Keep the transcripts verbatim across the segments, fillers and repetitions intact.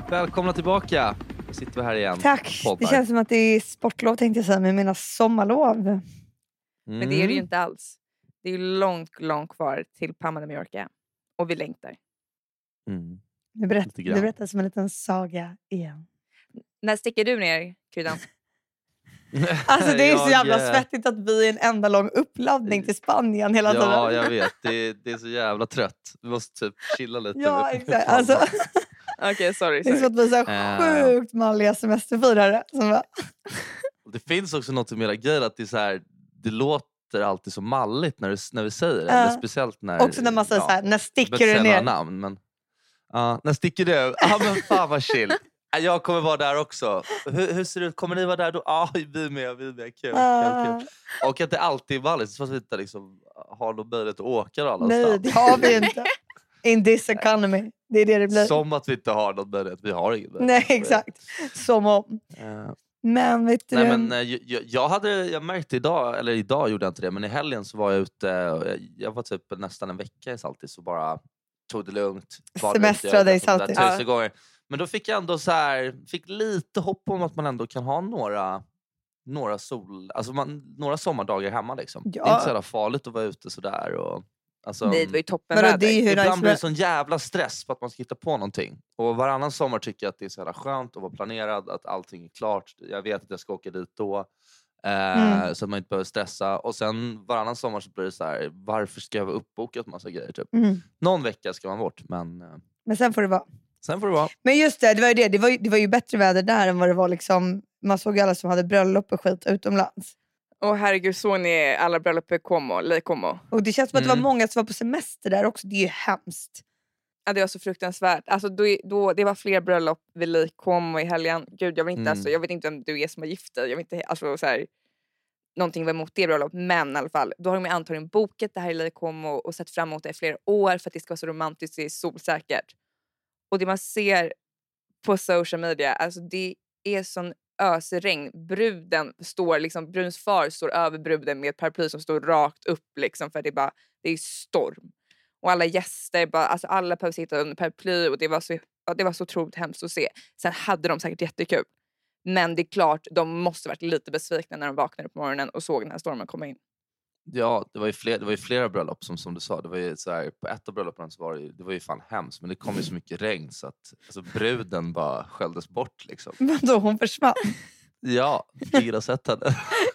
Välkomna tillbaka. Nu sitter vi här igen. Tack. Det känns som att det är sportlov, tänkte jag säga, med mina sommarlov. Mm. Men det är det ju inte alls. Det är långt, långt kvar till Palma de Mallorca. Och vi längtar. Mm. Du berättar, du berättar som en liten saga igen. När sticker du ner, Kryddan? Alltså det är jag, så jävla svettigt att vi är en enda lång uppladdning till Spanien hela tiden. Ja, jag vet. Det, det är så jävla trött. Vi måste typ chilla lite. Ja, exakt. Alltså, Okej, okay, sorry, sorry. Det är så att vi är så här sjukt malliga semesterfirare. Som bara... Det finns också något med hela grejen att det är så här, det låter alltid så malligt när, du, när vi säger det. Uh, Eller speciellt när... Också när man säger ja, så här, när sticker du ner? Namn, men, uh, när sticker du? Ja, ah, men fan vad chill. Jag kommer vara där också. Hur, hur ser det ut? Kommer ni vara där då? Ja, ah, vi är med, vi är med. Kul, uh. kul, kul. Och att det alltid är valligt. Så att vi inte liksom har någon möjlighet att åka alla Nej, stans. det har vi inte. In this economy. Det är det det blir. Som att vi inte har någon möjlighet. Vi har ingen möjlighet. Nej, exakt. Som om. Uh. Men vet du... Nej, men, jag, jag, hade, jag märkte idag, eller idag gjorde jag inte det, men i helgen så var jag ute, jag, jag var typ nästan en vecka i Saltis och bara tog det lugnt. Semestrade i Saltis. Tusen gånger. Men då fick jag ändå så här, fick lite hopp om att man ändå kan ha några, några sol, alltså man, några sommardagar hemma liksom. Ja. Det är inte så jävla farligt att vara ute sådär och... Alltså, nej, det var ju toppen väder. Det är ibland nice blir det sån jävla stress på att man ska hitta på någonting. Och varannan sommar tycker jag att det är så jävla skönt att vara planerad, att allting är klart. Jag vet att jag ska åka dit då. Eh, mm. Så att man inte behöver stressa. Och sen varannan sommar så blir det så här, varför ska jag vara uppbokat massa grejer typ. Mm. Någon vecka ska man bort, men... Eh, men sen får det vara. Sen får det vara. Men just det, det var ju det. Det var ju, det var ju bättre väder där än vad det var liksom... Man såg ju alla som hade bröllop och skit utomlands. Åh herregud, såg ni alla bröllop i Como, Lake Como? Och det känns som att det var många som var på semester där också. Det är ju hemskt. Ja, det var så fruktansvärt. Alltså då, då, det var fler bröllop vid Lake Como i helgen. Gud, jag vet inte, mm. alltså, jag vet inte vem du är som har gift dig. Jag vet inte, alltså så här, någonting var emot det bröllop. Men i alla fall, då har de antagligen bokat det här i Lake Como och sett fram emot det i flera år för att det ska vara så romantiskt och solsäkert. Och det man ser på social media, alltså det är sån ösregn. Bruden står liksom, brudens far står över bruden med ett paraply som står rakt upp liksom, för det är bara, det är storm. Och alla gäster bara, alltså alla behöver sitta under paraply och det var så, ja, det var så otroligt hemskt att se. Sen hade de säkert jättekul. Men det är klart, de måste varit lite besvikna när de vaknade på morgonen och såg den här stormen komma in. Ja, det var ju flera, det var ju flera bröllop som, som du sa. Det var ju så här, på ett av bröllopen så var det, det var ju fan hemskt. Men det kom ju så mycket regn så att alltså, bruden bara skälldes bort liksom. Vadå, hon försvann? Ja, ingen har sett henne.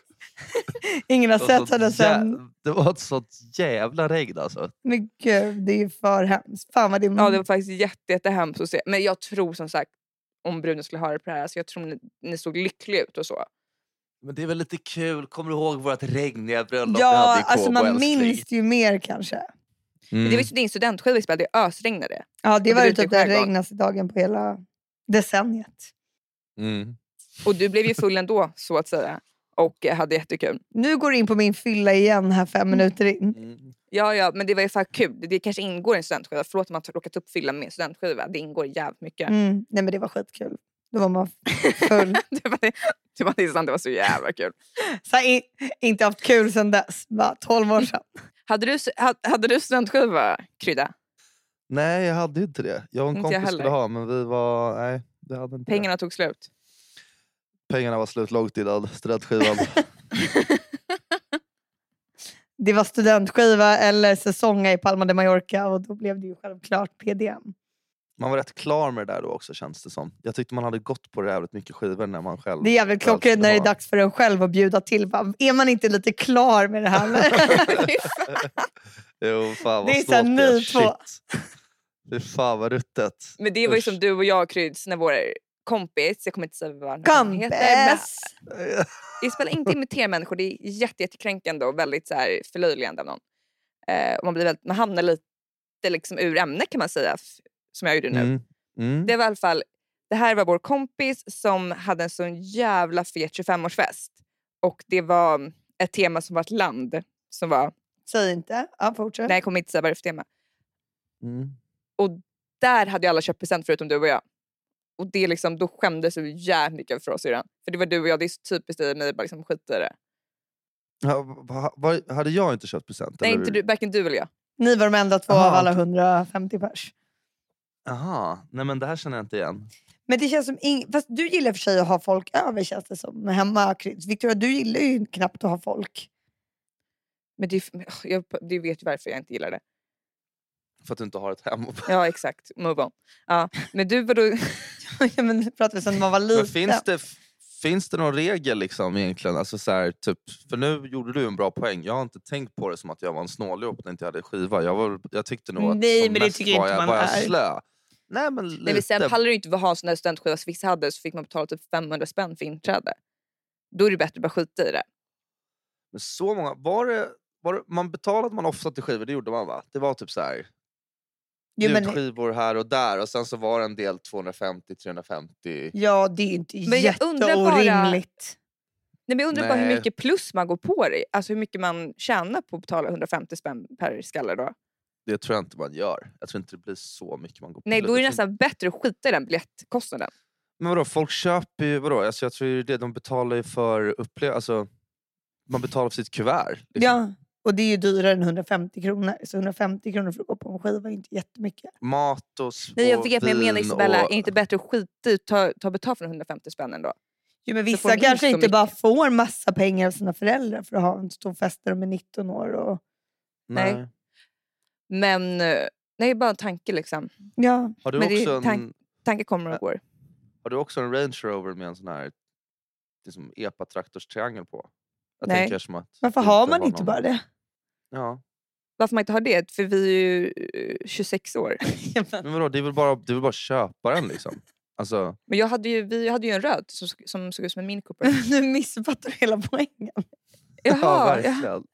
Ingen har sett henne sen. Jä- det var ett sånt jävla regn alltså. Men gud, det är ju för hemskt. Fan vad det är... Ja, det var faktiskt jätte, jätte hemskt att se. Men jag tror som sagt, om bruden skulle höra på det här, alltså, jag tror ni, ni såg lyckliga ut och så. Men det är väl lite kul. Kommer du ihåg vårt regniga bröllop? Ja, alltså man minns ju mer kanske. Mm. Men det var ju din studentskiva vi spelade, det ösregnade. Ja, det var ju typ den regnaste dagen på hela decenniet. Mm. Och du blev ju full ändå, så att säga. Och hade jättekul. Nu går du in på min fylla igen här fem minuter in. Mm. Ja, ja, men det var ju fan kul. Det, det kanske ingår i en studentskiva. Förlåt att man har råkat upp fylla med studentskiva. Det ingår jävligt mycket. Mm. Nej, men det var skitkul. Då var man full. det, var, det, var, det, var, det var så jävla kul. Så in, inte haft kul sedan dess. Bara tolv år sedan. hade, du, hade, hade du studentskiva, Krydda? Nej, jag hade inte det. Jag och en inte kompis skulle ha, men vi var... Nej, det hade inte Pengarna det. tog slut. Pengarna var slut långt innan studentskivan. Det var studentskiva eller säsonga i Palma de Mallorca. Och då blev det ju självklart P D M. Man var rätt klar med det där då också, känns det som. Jag tyckte man hade gått på det jävligt mycket skivor när man själv... Det är jävligt klockrent när det är dags för en själv att bjuda till. Är man inte lite klar med det här? Jo, fan vad det är så ni två. Det är fan vad ruttet. Men det var ju som du och jag, Kryds, när vår kompis, jag kommer inte säga vad han heter. Vi spelar inte imitera människor, det är jätte, jättekränkande och väldigt så här förlöjligande av någon. Eh, och man, blir väldigt, man hamnar lite liksom ur ämne kan man säga, som jag gjorde nu. Mm. Mm. Det var i alla fall, det här var vår kompis som hade en sån jävla fet tjugofemårsfest. Och det var ett tema som var ett land som var... Säg inte, ja fortsätt. Nej, jag kommer inte säga vad det är för tema. Mm. Och där hade alla köpt present förutom du och jag. Och det liksom, då skämdes du jävligt mycket för oss redan. För det var du och jag, det är så typiskt i mig, bara liksom skiter i det. Ja, va, va, hade jag inte köpt present? Nej, eller? inte du, varken du eller jag. Ni var de enda två Aha. av alla hundrafemtio pers. Jaha, nej men det här känner jag inte igen. Men det känns som ing... Fast du gillar för sig att ha folk över, känns det som. Hemma. Victoria, du gillar ju knappt att ha folk. Men det, jag, det vet ju varför jag inte gillar det. För att du inte har ett hem. Ja, exakt. Move on. Ja, men du var då... ja, men nu pratar vi som när man var liten. Men finns det, finns det någon regel liksom egentligen? Alltså så här, typ, för nu gjorde du en bra poäng. Jag har inte tänkt på det som att jag var en snåljåp när jag inte hade skiva. Jag, var, jag tyckte nog att Nej, som men det mest tycker var inte jag, man var jag är. slö. Nej, men lite. Nej, men sen pallar du inte att ha en sån där studentskiva som vissa hade, så fick man betala typ femhundra spänn för inträde. Då är det bättre att bara skita i det. Men så många, var det, var det, man betalade man ofta till skivor, det gjorde man va? Det var typ så här Jo, men... ljudskivor här och där, och sen så var det en del tvåhundrafemtio till trehundrafemtio. Ja, det är ju inte Men jag undrar bara- jätteorimligt. Nej, men jag undrar bara hur Nej. mycket plus man går på det. Alltså hur mycket man tjänar på att betala hundrafemtio spänn per skalle då. Det tror jag inte man gör. Jag tror inte det blir så mycket man går på. Nej, då är det Jag tror nästan bättre att skita i den biljettkostnaden. Men vadå, folk köper ju, vadå? Alltså jag tror det, de betalar ju för upplevelse, alltså man betalar för sitt kuvert. Liksom. Ja, och det är ju dyrare än hundrafemtio kronor. Så hundrafemtio kronor för att gå på en skiva är inte jättemycket. Mat och, Nej, jag och vet, men jag menar vin Isabella, och... är det inte bättre att skita i ta, ta betalt för hundrafemtio spänn ändå? Jo, men får vissa de inte kanske så inte mycket. bara får massa pengar av sina föräldrar för att ha en stor fest där de är nitton år. Och... Nej. Nej. Men eh, det är bara en tanke liksom. Ja. Har du Men det är också en, tank- Tanke kommer och går. har du också en Range Rover med en sån här liksom epa-traktorstriangel på? Jag Nej. tänker som att Varför det har man var inte någon- bara det? Ja. Varför man inte har det? För vi är ju eh, tjugosex år. Men vadå, det är väl bara, det är väl bara köpa den liksom. Alltså, Men jag hade ju, vi hade ju en röd som, som såg ut som en Mini Cooper. Nu missfattar du hela poängen. ja, Jaha, ja. verkligen.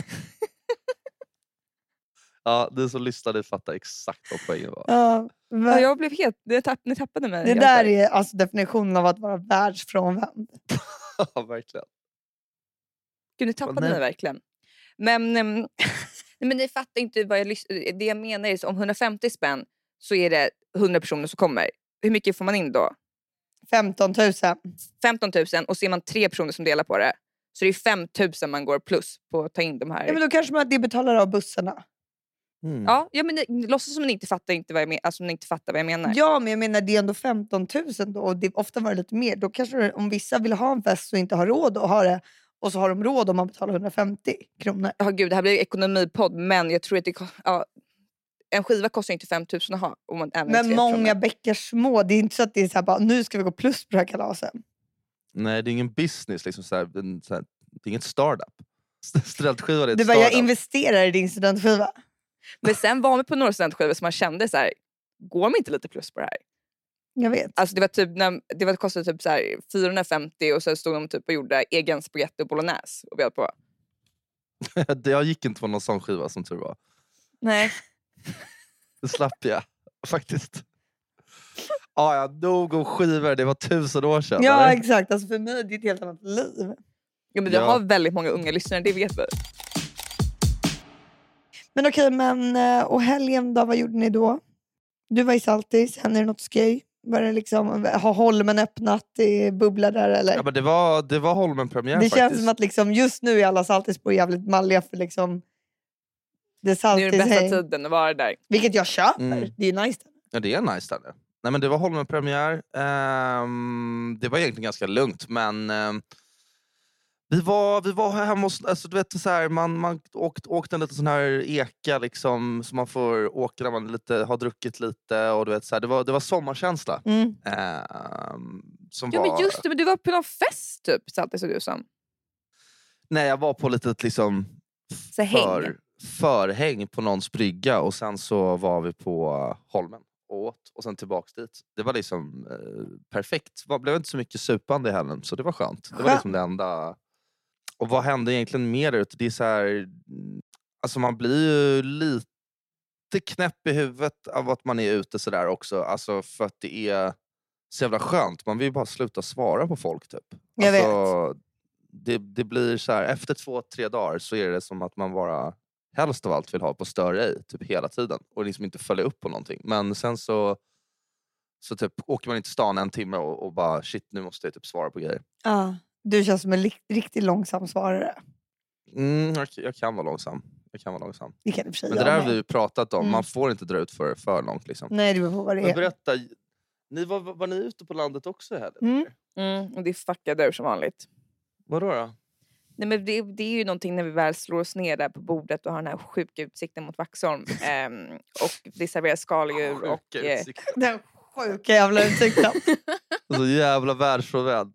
Ja, du som lyssnade fattar exakt vad poängen var. Ja, Ja, ver- jag blev helt... Jag tapp, ni tappade mig. det helt där är alltså definitionen av att vara världsfrånvänd. Ja, verkligen. Gud, ni tappade nej. mig verkligen. Men, ehm, nej, men ni fattar inte vad jag lys- det jag menar är så om hundrafemtio spänn så är det hundra personer som kommer. Hur mycket får man in då? femton tusen. femton tusen, och ser man tre personer som delar på det så det är fem tusen man går plus på att ta in de här. Ja, men då kanske man att det betalar av bussarna. Mm. Ja, ja men ni, låtsas som ni inte fattar inte vad jag men, alltså, ni inte fattar vad jag menar. Ja, men jag menar det är ändå femton tusen då. Och det ofta var det lite mer. Då kanske det, om vissa vill ha en fest och inte har råd att ha det. Och så har de råd om man betalar hundrafemtio kronor. Ja, gud, det här blir ekonomipodd, men jag tror att det, ko- ja, en skiva kostar inte fem tusen att ha. Om man, även Men tre många personer. bäckar små. Det är inte så att det är så här bara, nu ska vi gå plus på det här kalaset. Nej, det är ingen business liksom så här, en, så här, det är inget startup. Studentskiva är ett Du bara, jag startup. investerar i din studentskiva. Men sen var man på några studentskivor som man kände så här, går man inte lite plus på det här? Jag vet. Alltså det var typ när, det var kostade typ så här fyrahundrafemtio och så stod de typ och gjorde egen spaghetti och bolognese och bjöd på. Jag gick inte på någon sån skiva som tur var. Nej. Det slapp jag faktiskt. Ah, ja, nog om skivor, det var tusen år sedan. Ja, eller? exakt. Alltså för mig är det ett helt annat liv. Ja, men vi Ja. har väldigt många unga lyssnare, det vet vi. Men okej, men eh, och helgen då, vad gjorde ni då? Du var i Saltis, hände det något skoj? Var det liksom, har Holmen öppnat i bubbla där eller? Ja, men det var, det var Holmen-premiär det faktiskt. känns som att liksom, just nu är alla Saltisbor jävligt malliga för liksom det Nu är Saltis det bästa häng. tiden att vara där. Vilket jag köper, Mm. det är ju nice. Ja, det är nice där nu. Nej, men det var Holmen-premiär. Ehm, det var egentligen ganska lugnt, men ehm, vi var vi var hemma hos, alltså du vet så här, man man åkte, åkte en liten sån här eka liksom som man får åka när man lite har druckit lite och du vet så här, det var det var sommarkänsla. Mm. Ehm, som Ja var men just det, men du var på någon fest typ, så alltid såg du som. Nej, jag var på lite liksom Så häng. för, förhäng på någons brygga och sen så var vi på Holmen och åt och sen tillbaks dit. Det var liksom eh, perfekt. Det blev inte så mycket supande i helgen så det var skönt. Det var liksom det enda. Och vad hände egentligen mer där ute? Det är så här, mm, alltså man blir ju lite knäpp i huvudet av att man är ute så där också. Alltså för att det är så jävla skönt. Man vill ju bara sluta svara på folk typ. Jag alltså, Det, det blir så här, efter två, tre dagar så är det som att man bara helst av allt vill ha på större i typ hela tiden och liksom inte följa upp på någonting. Men sen så så typ åker man inte till stan en timme och, och bara shit, nu måste jag typ svara på grejer. Ja, du känns som en li- riktigt långsam svarare. Mm, jag, jag kan vara långsam. Jag kan vara långsam. Det kan i och för sig Men det jag där har med. vi ju pratat om. Mm. Man får inte dra ut för, för långt liksom. Nej, det beror på vad det Men är. berätta, Ni var, var ni ute på landet också här? Mm. Mm, och det fuckade ur som vanligt. Vadå då? Nej, men det, det är ju någonting när vi väl slår oss ner där på bordet och har den här sjuka utsikten mot Vaxholm. ehm, och det serveras skaldjur och... Sjuka Eh, utsikter. Den sjuka jävla utsikten. Så jävla världsfrånvänd.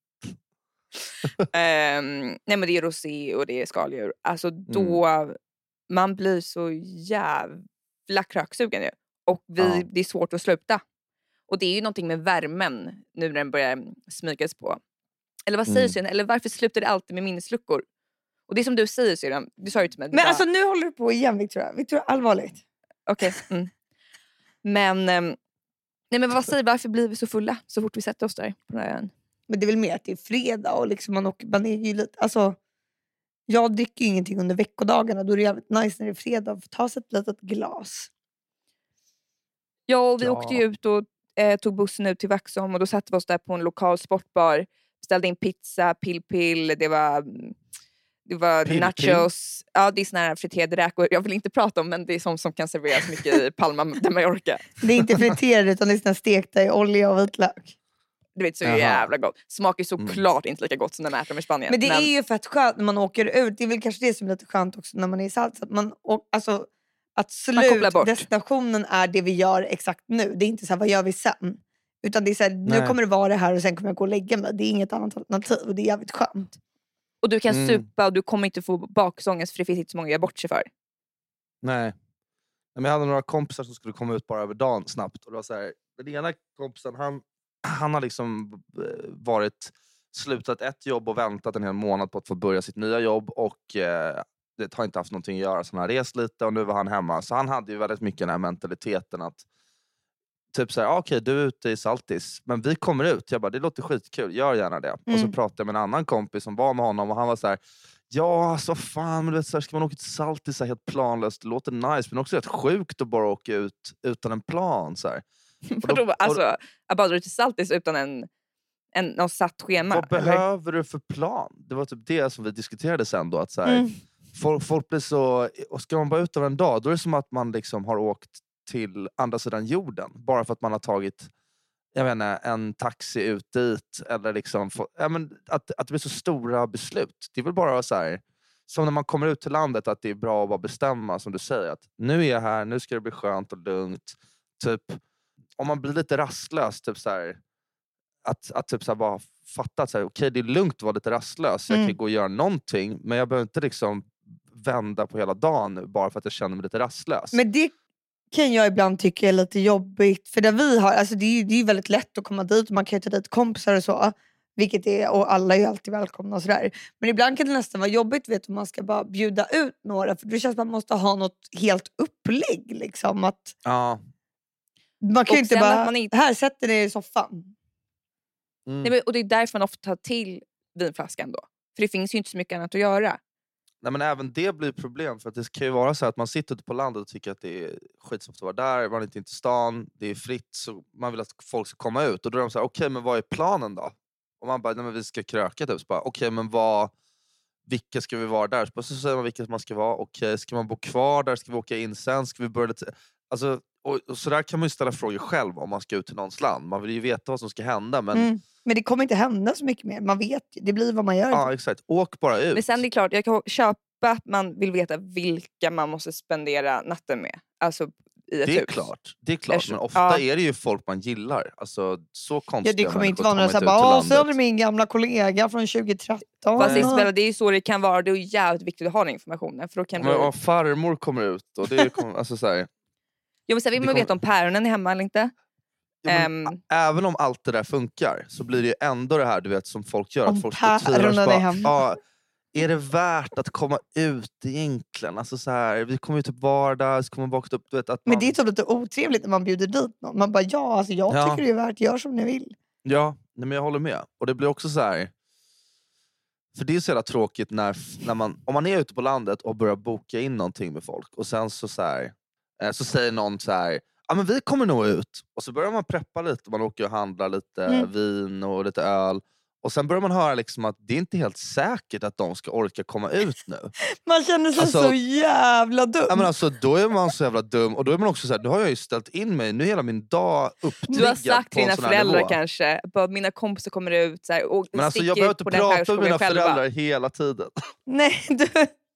ehm, nej men det är rosé och det är skaldjur. Alltså då... Mm. Man blir så jävla kröksugen ju. Och vi, Ja. det är svårt att sluta. Och det är ju någonting med värmen nu när den börjar smygas på. Eller vad säger Mm. syrran? Eller varför slutar det alltid med minnesluckor? Och det är som du säger syrran. Du sa ju till mig. Men alltså nu håller du på igen Victoria. Victoria, allvarligt. Okej. Okay. Mm. Men, um, nej men vad säger, varför blir vi så fulla så fort vi sätter oss där på den här ön? Men det är väl mer att det är fredag och liksom man åker, man är ju lite, alltså jag dricker ju ingenting under veckodagarna. Då är det jävligt nice när det är fredag att få ta sig ett litet glas. Ja, och vi Ja. åkte ju ut och eh, tog bussen ut till Vaxholm och då satte vi oss där på en lokal sportbar. Ställde in pizza, pill-pill, det var, det var Pill, nachos. Ja, det är såna här friterade räkor. Jag vill inte prata om, men det är sånt som kan serveras mycket i Palma de Mallorca. Det är inte friterade utan det är såna stekta i olja och vitlök. Du vet, så Jaha. jävla gott. Smakar såklart mm. inte lika gott som när man äter dem i Spanien. Men det men... är ju fett skönt när man åker ut. Det är väl kanske det som är lite skönt också när man är i Salt. Att, man, och, alltså, att slutdestinationen är det vi gör exakt nu. Det är inte så här, vad gör vi sen? Utan det är så här, nu kommer det vara det här och sen kommer jag gå och lägga mig. Det är inget annat alternativ och det är jävligt skönt. Och du kan Mm. supa och du kommer inte få bakångest för det finns inte så många att göra bort sig för. Nej. Men jag hade några kompisar som skulle komma ut bara över dagen snabbt. Och det var så här, den ena kompisen, han, han har liksom varit slutat ett jobb och väntat en hel månad på att få börja sitt nya jobb. Och eh, det har inte haft någonting att göra. Så han har rest lite och nu var han hemma. Så han hade ju väldigt mycket den här mentaliteten att typ så här, ah, okej, du är ute i Saltis, men vi kommer ut. Jag bara, det låter skitkul, gör gärna det. Mm. Och så pratade jag med en annan kompis som var med honom och han var så här, ja, så fan, men du vet, så här, ska man åka till Saltis så här, helt planlöst, det låter nice, men också rätt sjukt att bara åka ut utan en plan så här. Och då, alltså, att bara dra till Saltis utan en, en någon satt schema. Vad eller? behöver du för plan? Det var typ det som vi diskuterade sen då, att så här, Mm. folk, folk blir så, och ska man bara ut över en dag, då är det som att man liksom har åkt till andra sidan jorden. Bara för att man har tagit jag vet inte, en taxi ut dit. Eller liksom, få, ja, men att, att det blir så stora beslut. Det är väl bara så här, som när man kommer ut till landet, att det är bra att bara bestämma, som du säger. Att nu är jag här, nu ska det bli skönt och lugnt. Typ, om man blir lite rastlös, typ så här, att, att typ så här bara fatta att så här, okej, det är lugnt att vara lite rastlös. Jag Mm. kan gå och göra någonting, men jag behöver inte liksom vända på hela dagen nu, bara för att jag känner mig lite rastlös. Men det kan jag ibland tycka är lite jobbigt. För där vi har, alltså det är ju det är väldigt lätt att komma dit och man kan ju ta dit kompisar och så. Vilket är, och alla är ju alltid välkomna och sådär. Men ibland kan det nästan vara jobbigt, vet, om man ska bara bjuda ut några. För det känns som att man måste ha något helt upplägg. Liksom, att Ja. man kan ju Och inte sen bara, att man inte- här sätter ni i soffan. Mm. Nej, men- och det är därför man ofta tar till vinflaskan då. För det finns ju inte så mycket annat att göra. Nej, men även det blir problem, för att det kan ju vara så att man sitter ute på landet och tycker att det är skitsoft att vara där, man är inte in till stan, det är fritt, så man vill att folk ska komma ut, och då är de så här, okej, men vad är planen då? Och man bara, nej, men vi ska kröka typ, så bara, okej, men vad, vilka ska vi vara där? Så, bara, så säger man vilka man ska vara, okej, ska man bo kvar där, ska vi åka in sen, ska vi börja lite, alltså, och, och så där kan man ju ställa frågor själv om man ska ut till någons land, man vill ju veta vad som ska hända, men Mm. Men det kommer inte hända så mycket mer. Man vet ju, det blir vad man gör. ja, exakt, åk bara ut. Men sen det är klart, jag kan köpa att man vill veta vilka man måste spendera natten med. Alltså i ett Det är hus. klart, det är klart, Eftersom- men ofta ja. är det ju folk man gillar. Alltså, så konstiga Ja, det kommer inte människor vara några tar så man här, inte ut bara, till åh, så är det landet. min gamla kollega från tjugo tretton. Fast Nej. Isabella, det är ju så det kan vara. Det är ju jävligt viktigt att ha den informationen. För då kan det Men bli... om farmor kommer ut och det är, kom- alltså så här, Jo, men sen vill det man kommer- veta om päronen är hemma eller inte. ja, men, Ehm. ä- även om allt det där funkar, så blir det ju ändå det här, du vet, som folk gör, Om att folk ska tvivla, päronen så är bara, hemma. ja, är det värt att komma ut egentligen? Alltså så här, vi kommer ju typ vardag, så kommer man vakna upp, du vet, att man, Men det är typ lite otrevligt när man bjuder dit någon. Man bara, ja, alltså jag Ja. tycker det är värt, gör som ni vill. ja, nej, men jag håller med. Och det blir också så här, för det är så jävla tråkigt när, när man, om man är ute på landet och börjar boka in någonting med folk, och sen så, så, här, eh, så säger någon så här, ja, men vi kommer nog ut, och så börjar man preppa lite, man åker och handlar lite Mm. vin och lite öl, Och sen börjar man höra liksom att det är inte helt säkert att de ska orka komma ut nu. Man känner sig Alltså- så jävla dum. Ja, men alltså, då är man så jävla dum. Och då är man också så här, nu har jag ju ställt in mig. Nu är hela min dag upptriggad Du har sagt på till en dina sån här föräldrar nivå. kanske. Bara, mina kompisar kommer ut så här, och Men alltså, jag sticker behöver ut inte på den prata med skärgårdsskogen mina själva. föräldrar hela tiden. Nej, du...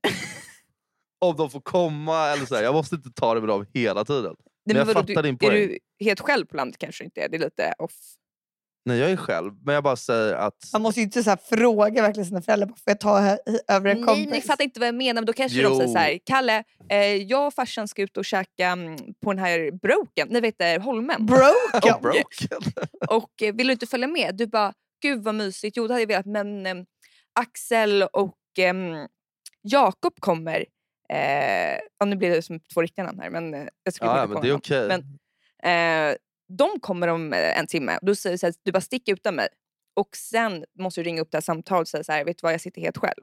Om de får komma eller så här. Jag måste inte ta det med dem hela tiden. Nej, Men jag vadå, fattar du, din är poäng. du helt själv på landet kanske inte är? Det är lite off. Nej, jag är själv. Men jag bara säger att... Man måste ju inte så här fråga verkligen sina föräldrar. Får jag ta här, över en kompis? Nej, ni fattar inte vad jag menar. Men då kanske Jo. de säger så här: Kalle, eh, jag och farsan ska ut och käka mm, på den här broken. Ni vet det, Holmen. Broken. Oh, broken. Och eh, vill du inte följa med? Du bara, gud vad mysigt. Jo, det hade jag velat. Men eh, Axel och eh, Jakob kommer. Eh, ja, nu blir det som två riktiga namn här. Men eh, jag skulle Ja, inte men på det är honom. okej. Men, eh, de kommer om eh, en timme. Då säger du så här, du bara stick utan mig. Och sen måste du ringa upp det här samtalet och säga så här, vet du vad, jag sitter helt själv.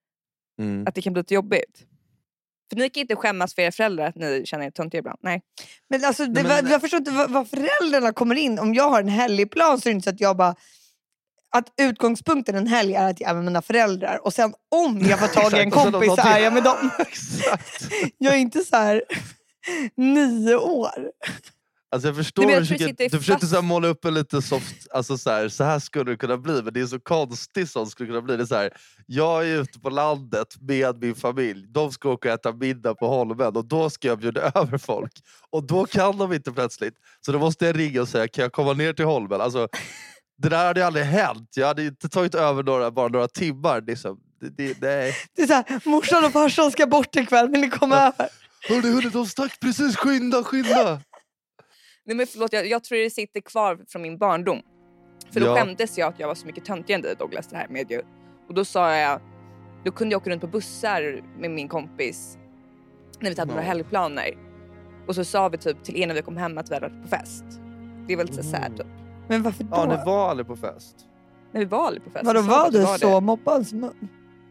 Mm. Att det kan bli lite jobbigt. För ni kan inte skämmas för era föräldrar att ni känner er töntiga ibland. Nej. Men alltså, det, Nej, men- var- jag förstår inte vad, vad föräldrarna kommer in. Om jag har en helgplan så är det inte så att jag bara... Att utgångspunkten en helg är att jag är med mina föräldrar. Och sen om jag får tag i en Exakt, och sen kompis så någonting- är jag med dem. Exakt. Jag är inte så här nio år. Alltså jag förstår, Nej, men jag du tror det försöker, sitter du försökte fast. så här måla upp en lite soft, alltså så här, så här skulle det kunna bli, men det är så konstigt som det skulle kunna bli. Det är så här, jag är ute på landet med min familj, de ska åka och äta middag på Holmen och då ska jag bjuda över folk. Och då kan de inte plötsligt, så då måste jag ringa och säga, kan jag komma ner till Holmen? Alltså, det där hade ju aldrig hänt, jag hade inte tagit över några, bara några timmar. Liksom. Det, det, nej. Det är så här, morsan och farsan ska bort ikväll, vill ni komma över? Hörde, hörde, de stack precis, skynda, skynda! Nej, men förlåt, jag, jag tror det sitter kvar från min barndom. För då Ja. skämdes jag att jag var så mycket töntigare än dig, Douglas, det här med ju. Och då sa jag, då kunde jag åka runt på bussar med min kompis när vi hade några Ja. helgplaner. Och så sa vi typ till er när vi kom hem att vi hade varit på fest. Det är väl lite så sad typ. Men varför då? Ja, ni var aldrig på fest. När vi var aldrig på fest. Vadå, Vi sa var att vi du det. så mobbad som ung?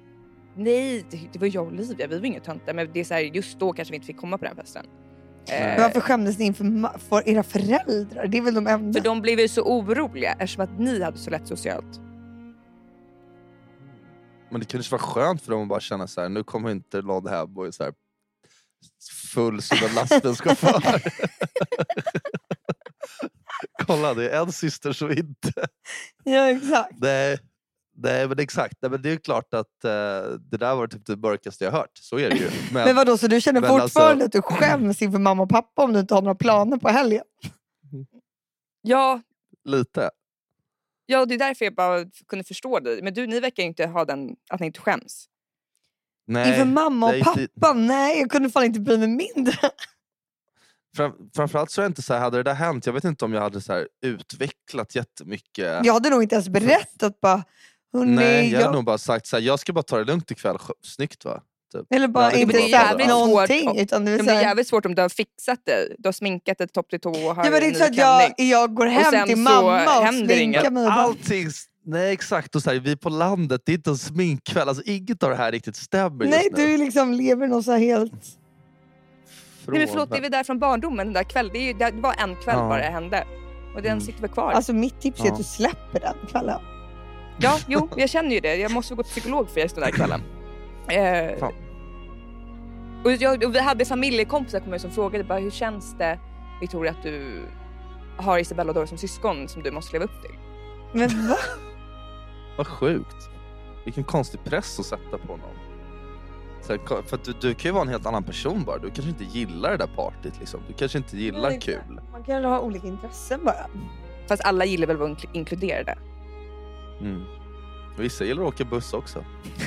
Nej, det, det var jag och Olivia, vi var inga töntar. Men det är så här, just då kanske vi inte fick komma på den festen. Nej. Men varför skämdes ni inför ma- för era föräldrar? Det är väl de enda. För de blev ju så oroliga eftersom att ni hade så lätt socialt. Men det kanske var skönt för dem att bara känna så här, nu kommer inte någon hem och är så här full som en lastbilschaufför. Kolla, det är en syster som inte. Ja, exakt. Nej, nej men exakt. Nej, men det är ju klart att eh, det där var typ det mörkaste jag hört. Så är det ju. Men, Men vadå, så du känner men fortfarande alltså- att du skäms inför mamma och pappa om du inte har några planer på helgen? Ja, lite. ja, det är därför jag bara kunde förstå dig. Men du, ni verkar ju inte ha den, att ni inte skäms. Nej, inför mamma och nej, pappa? det- Nej, jag kunde fan inte bli med mindre. Fram, framförallt så är det inte så här, hade det där hänt, jag vet inte om jag hade så här utvecklat jättemycket. Jag hade nog inte ens berättat bara, hörni, Nej, jag jag... hade nog bara sagt så här, jag ska bara ta det lugnt ikväll. Snyggt va? Typ. Eller bara Ja, det inte är sagt jävligt någonting. svårt. Utan det Det är är, så här, jävligt svårt om du har fixat det. Du har sminkat det topp till tå och har ja, men det är en inte så ny att jag, klänning. jag går hem sen till så mamma och händer sminkar inget. mig. och bara- Allting, nej exakt, och så här, vi är på landet, det är inte en sminkkväll. Alltså, inget av det här riktigt stämmer just Nej, nu. du liksom lever något så här helt... Nej, men förlåt, det är vi där från barndomen. Den där kväll. Det, är ju, det var en kväll Ja. bara det hände. Och den Mm. sitter väl kvar. Alltså mitt tips är Ja. att du släpper den kvällen. Ja, jo, jag känner ju det. Jag måste gå till psykolog för just den där kvällen. Eh, Fan. och, jag, och vi hade familjekompisar kommer som frågade bara, hur känns det, Victoria, att du har Isabella och Dora som syskon som du måste leva upp till? Men va? Vad sjukt. Vilken konstig press att sätta på någon. Så här, för att du, du kan ju vara en helt annan person bara. Du kanske inte gillar det där partyt liksom. Du kanske inte gillar Nej, kul. Man kan ha olika intressen bara. Fast alla gillar väl att vara inkl- inkluderade. Mm. Vissa gillar att åka buss också.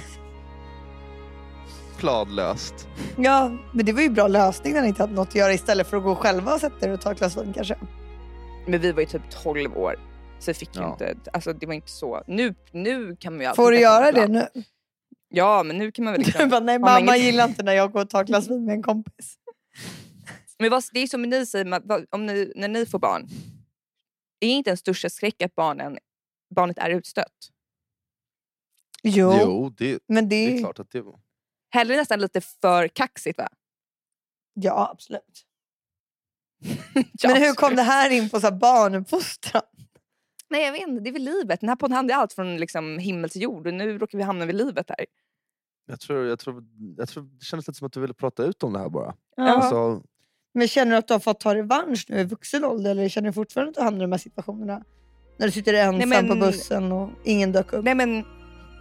Planlöst. Ja, men det var ju bra lösning när ni inte hade något att göra istället för att gå själva och sätta er och ta ett glas vin kanske. Men vi var ju typ tolv år. Så vi fick ju Ja. inte, alltså det var inte så. Nu, nu kan man ju alltid Får du hitta på göra en det plan. nu? Ja, men nu kan man väl Du liksom... bara, nej Har man mamma inget- gillar inte när jag går och tar ett glas vin med en kompis. Men vad, det är som ni säger, man- vad- om ni, när ni får barn. Är inte den största skräck att barnen, barnet är utstött? Jo, Jo, det, men det, det är klart att det var. Hellre nästan lite för kaxigt va? Ja, absolut. Ja, Men hur kom det här in på så här barnuppfostran? Nej, jag vet inte. Det är väl livet. Den här podden handlar allt från liksom himmel till jord. Och nu råkar vi hamna vid livet här. Jag tror, jag tror, jag tror det känns lite som att du ville prata ut om det här bara. Ja. Alltså, Men känner du att du har fått ta revansch nu i vuxen ålder? Eller känner du fortfarande att du hamnar i de här situationerna? När du sitter ensam Nej, men... på bussen och ingen dök upp? Nej men... Eh,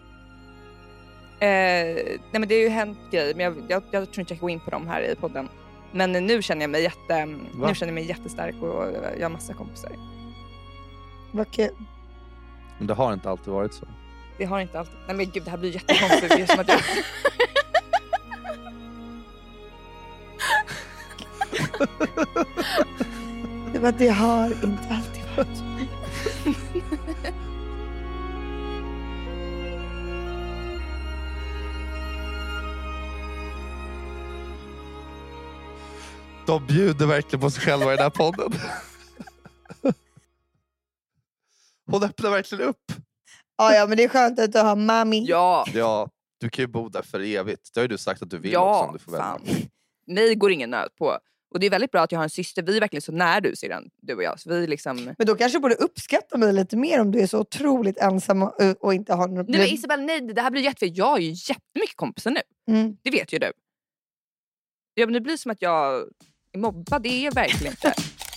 nej men det har ju hänt grejer. Men jag, jag, jag tror inte jag kan gå in på dem här i podden. Men nu känner jag mig jätte, nu känner jag mig jättestark och jag har massa kompisar. Vad kul. men det har inte alltid varit så. Det har inte alltid. Nej men gud, det här blir jättekonstigt. Det är som att jag... Det var det har inte alltid varit. De bjuder verkligen på sig själva i den här podden. Hon öppnar verkligen upp. Ja, ja, men det är skönt att du har mami. Ja, Ja, du kan ju bo där för evigt. Det har ju du sagt att du vill ja, också om du får fan. välja. Mig går ingen nöd på. Och det är väldigt bra att jag har en syster. Vi är verkligen så när du ser den, du och jag. Så vi liksom... Men då kanske du borde uppskatta mig lite mer om du är så otroligt ensam och, och inte har något... Nej men Isabel, nej, det här blir jättefel. Jag har ju jättemycket kompisar nu. Mm. Det vet ju du. Ja, men det blir som att jag är mobbad. Det är jag verkligen inte.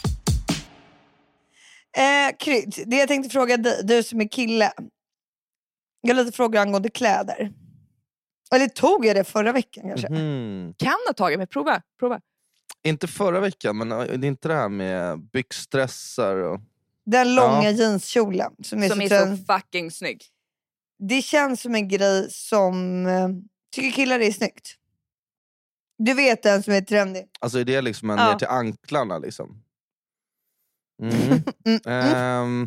Eh, Krydd, det jag tänkte fråga dig, du som är kille. Jag har lite frågor angående kläder. Eller tog jag det förra veckan kanske? Mhm. Kan ha tagit mig. Prova, prova. Inte förra veckan, men det är inte det här med byxstressar och... Den långa Ja. jeanskjolen. Som är, Som så, är trend. så fucking snygg. Det känns som en grej som... Eh, tycker killar det är snyggt. Du vet den som är trendig. Alltså är det liksom en Ja. ner till anklarna liksom? Mm. Mm. Ehm,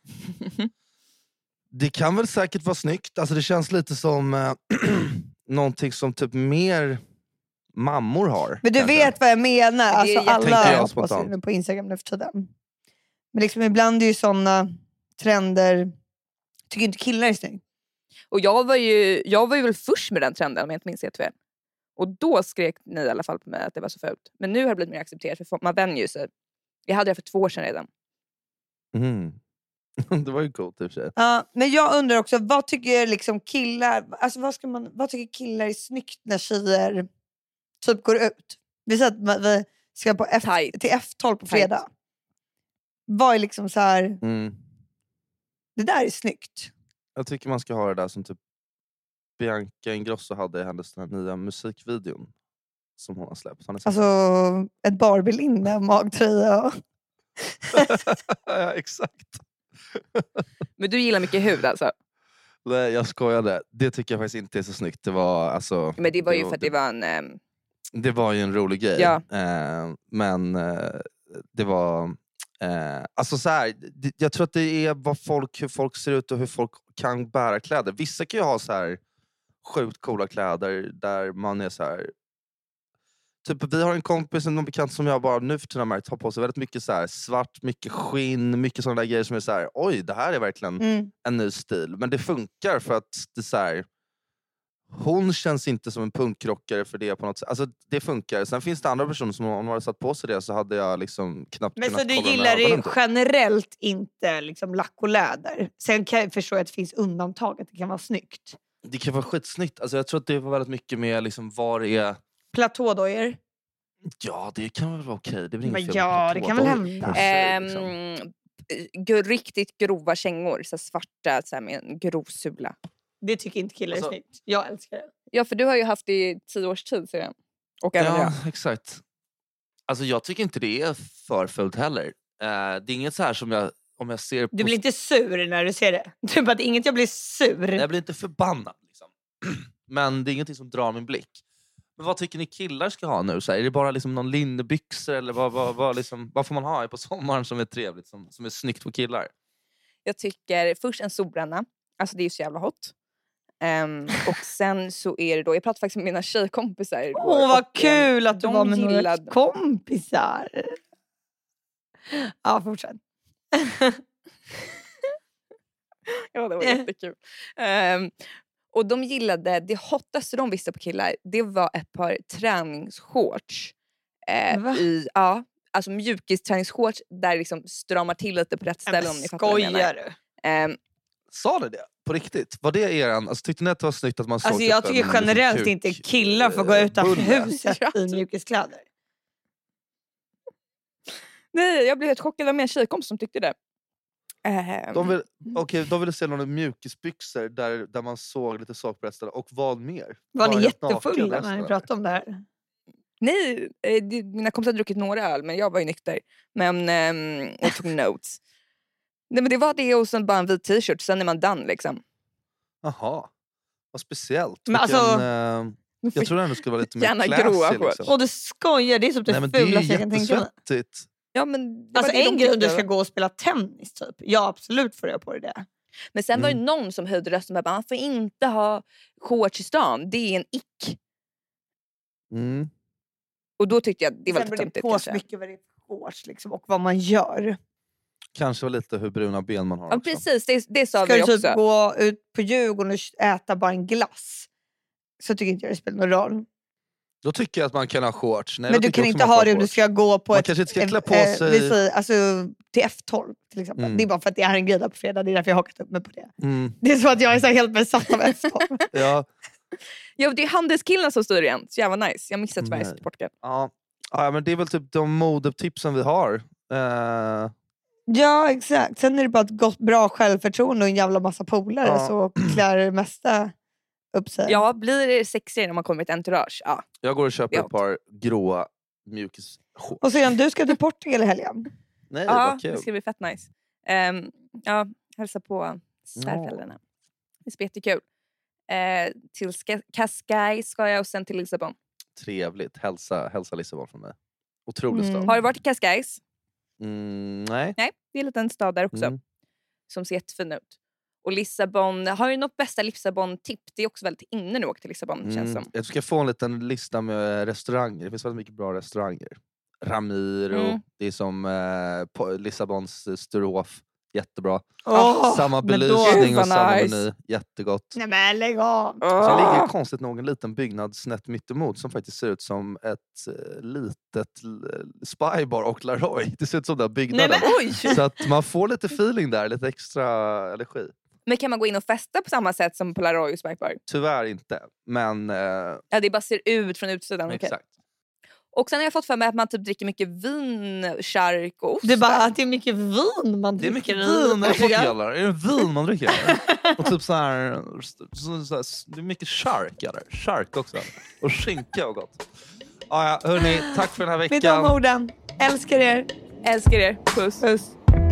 det kan väl säkert vara snyggt. Alltså det känns lite som eh, någonting som typ mer mammor har. Men du kanske. vet vad jag menar. Alltså jätte- alla Tänkte jag har på spontant. sig på Instagram nu för tiden. Men liksom ibland är ju sådana trender... Tycker inte killar är snyggt. Och jag var ju jag var ju väl först med den trenden om jag inte minns helt fel. Och då skrek ni i alla fall på mig att det var så fult. Men nu har det blivit mer accepterat för man vänjer ju sig. Jag hade det för två år sedan redan. Mm. Det var ju coolt i och för sig. Ja, men jag undrar också, vad tycker liksom killar... Alltså vad, ska man, vad tycker killar är snyggt när tjejer typ går ut? Vi säger att man- vi ska på F, Tight. till F tolv på fredag. Vad är liksom så här... Mm. Det där är snyggt. Jag tycker man ska ha det där som typ Bianca Ingrosso hade i hennes den här nya musikvideon som hon har släppt. Har ni sett? Alltså ett Barbie-linne, magtröja och... Ja, exakt. Men du gillar mycket hud alltså. Nej, jag skojade. Det tycker jag faktiskt inte är så snyggt. Det var, alltså, Men det var ju det, för att det var en... ehm, det var ju en rolig grej. Ja. Eh, men eh, det var... Eh, alltså så här, det, jag tror att det är vad folk, hur folk ser ut och hur folk kan bära kläder. Vissa kan ju ha så här sjukt coola kläder där man är så här. Typ vi har en kompis, en bekant som jag bara nu för tiden har märkt har på sig väldigt mycket så här svart, mycket skinn, mycket sådana där grejer som är så här. Oj, det här är verkligen Mm. en ny stil. Men det funkar för att det är så här, hon känns inte som en punkrockare för det på något sätt. Alltså det funkar. Sen finns det andra personer som om de hade satt på sig det så hade jag liksom knappt Men kunnat så du kolla med gillar ögonen det typ. generellt inte liksom lack och läder? Sen kan jag förstå att det finns undantag, att det kan vara snyggt. Det kan vara skitsnyggt. Alltså jag tror att det var väldigt mycket med liksom vad det är. Platådojor. Ja, det kan väl vara okej. Det är väl inget Men fel ja, på det platå. kan väl Då- hända. per se, ehm, liksom. g- riktigt grova kängor. Så här svarta så här med en grov sula. Det tycker inte killar är Alltså- snyggt. Jag älskar det. Ja, för du har ju haft det i tio års tid sedan. Och även jag. Ja, exakt. Alltså jag tycker inte det är för fult heller. Eh, det är inget så här som jag, om jag ser på... Du blir inte sur när du ser det. Du bara, det är inget jag blir sur. Jag blir inte förbannad liksom. Men det är ingenting som drar min blick. Men vad tycker ni killar ska ha nu? Så här, är det bara liksom någon linnebyxor eller vad, vad, vad, liksom, vad får man ha på sommaren som är trevligt, som, som är snyggt på killar? Jag tycker först en solbränna. Alltså det är ju så jävla hot. Ehm, och sen så är det då, jag pratade faktiskt med mina tjejkompisar igår. Åh, vad och, ehm, kul att du de var med några gillade- kompisar. Ja, fortsätt. Ja, det var jättekul. Ehm, och de gillade, det hottaste de visste på killar, det var ett par träningsshorts. Eh, Va? i, ja, alltså mjukisträningsshorts där liksom stramar till lite på rätt ställe. Om ni fattar vad jag menar. Skojar du? Um, Sa ni det? På riktigt? Var det eran? Alltså, tyckte ni att det var snyggt att man såg Alltså jag typ tycker en generellt kuk, inte killar får gå eh, utanför bulle? huset i mjukiskläder. nej, jag blev helt chockad av min tjejkompis som tyckte det. Um, De, vill, okay, de ville se några mjukisbyxor där, där man såg lite saker på rätt ställe. Och vad mer? Var ni helt jättefulla naken när ni resten, pratade om det här? nej, eh, det, mina kompisar hade druckit några öl men jag var ju nykter. Men um, och tog notes. Nej men det var det och sen bara en vit t-shirt. Sen är man done liksom. Jaha, vad speciellt. Men Vilken, alltså- eh, jag tror ändå skulle vara lite mer Gärna classy. gråa shorts. Liksom. Och du skojar, det är typ det Nej, men det är fulaste jag kan tänka mig. jättesvettigt. Ja, men det var Alltså det de en grej om du tyckte. ska gå och spela tennis typ. Ja absolut får jag på dig det. Men sen var Mm. det någon som höjde rösten och bara, man får inte ha shorts i stan. Det är en ick. Mm. Och då tyckte jag det var Sen lite beror det töntigt på så kanske. mycket vad det är för shorts liksom, och vad man gör. Kanske var lite hur bruna ben man har Ja också. precis, det, det sa Ska vi du typ också. gå ut på Djurgården och äta bara en glass så tycker inte jag det spelar någon roll. Då tycker jag att man kan ha shorts. Nej, Men då du tycker kan jag inte också man ha får det om du shorts. ska gå på Man ett... kanske inte ska eh, klä på eh, sig- vi säger, alltså, till F tolv till exempel. Mm. Det är bara för att det är en grej där på fredag. Det är därför jag har hakat upp mig på det. Mm. Det är så att jag är så här helt besatt av F tolv. Ja. Ja, det är handelskillarna som styr igen. Så jävla nice. Jag missade tyvärr Nej. Portugal. Ja. Ja, men det är väl typ de modetipsen vi har. Eh, Ja exakt. Sen är det bara ett gott, bra självförtroende och en jävla massa polare Ja. så klär det mesta upp sig. Ja, blir det sexigare när man kommer i ett entourage? Ja. jag går och köper Ja. ett par gråa mjukisshorts. Och sedan du ska till Portugal i helgen. Nej, Ja, vad det kul. ska bli fett nice. Um, ja, hälsa på svärföräldrarna. Det ska bli jättekul. Uh, till Ska- Cascais ska jag och sen till Lissabon. Trevligt. Hälsa, hälsa Lissabon från mig. Otrolig Mm. stad. Har du varit i Cascais? Mm, nej. Nej, det är en liten stad där också. Mm. Som ser jättefin ut. Och Lissabon, har du något bästa Lissabon-tipp? Det är också väldigt inne nu att åka till Lissabon känns Mm. som. Jag ska få en liten lista med restauranger. Det finns väldigt mycket bra restauranger. Ramiro, Mm. det är som eh, på Lissabons eh, Sturof. Jättebra. Åh, samma men då- belysning Gud, och vad samma nice. meny. Jättegott. Nej men lägg av. Sen ligger konstigt nog en liten byggnad snett mittemot som faktiskt ser ut som ett eh, litet l- Spybar och Laroy. Det ser ut som den byggnaden. Nej, Oj! Så att man får lite feeling där, lite extra energi. Men kan man gå in och festa på samma sätt som på Laroy och Spikebar? Tyvärr inte, men eh, Ja, det bara ser ut från utsidan. okej. exakt. Och sen har jag fått för mig att man typ dricker mycket vin, chark och ost. Det är bara att det är mycket vin man Det är dricker mycket i vin i Portugal. Portugal. Är det vin man dricker? Och typ så här, så, så här, det är mycket chark eller? Chark också. Och skinka och gott. Ah, ja, hörni, tack för den här Med de veckan. orden, älskar er. Älskar er. Puss. Puss.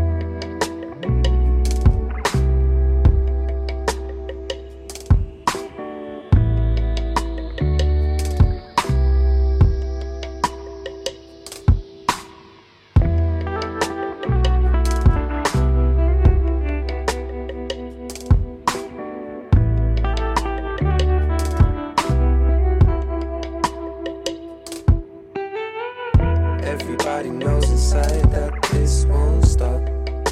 Everybody knows inside that this won't stop.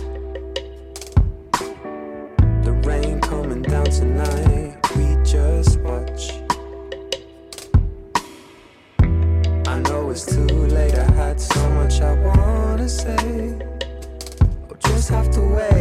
The rain coming down tonight, we just watch. I know it's too late, I had so much I wanna say. I'll just have to wait.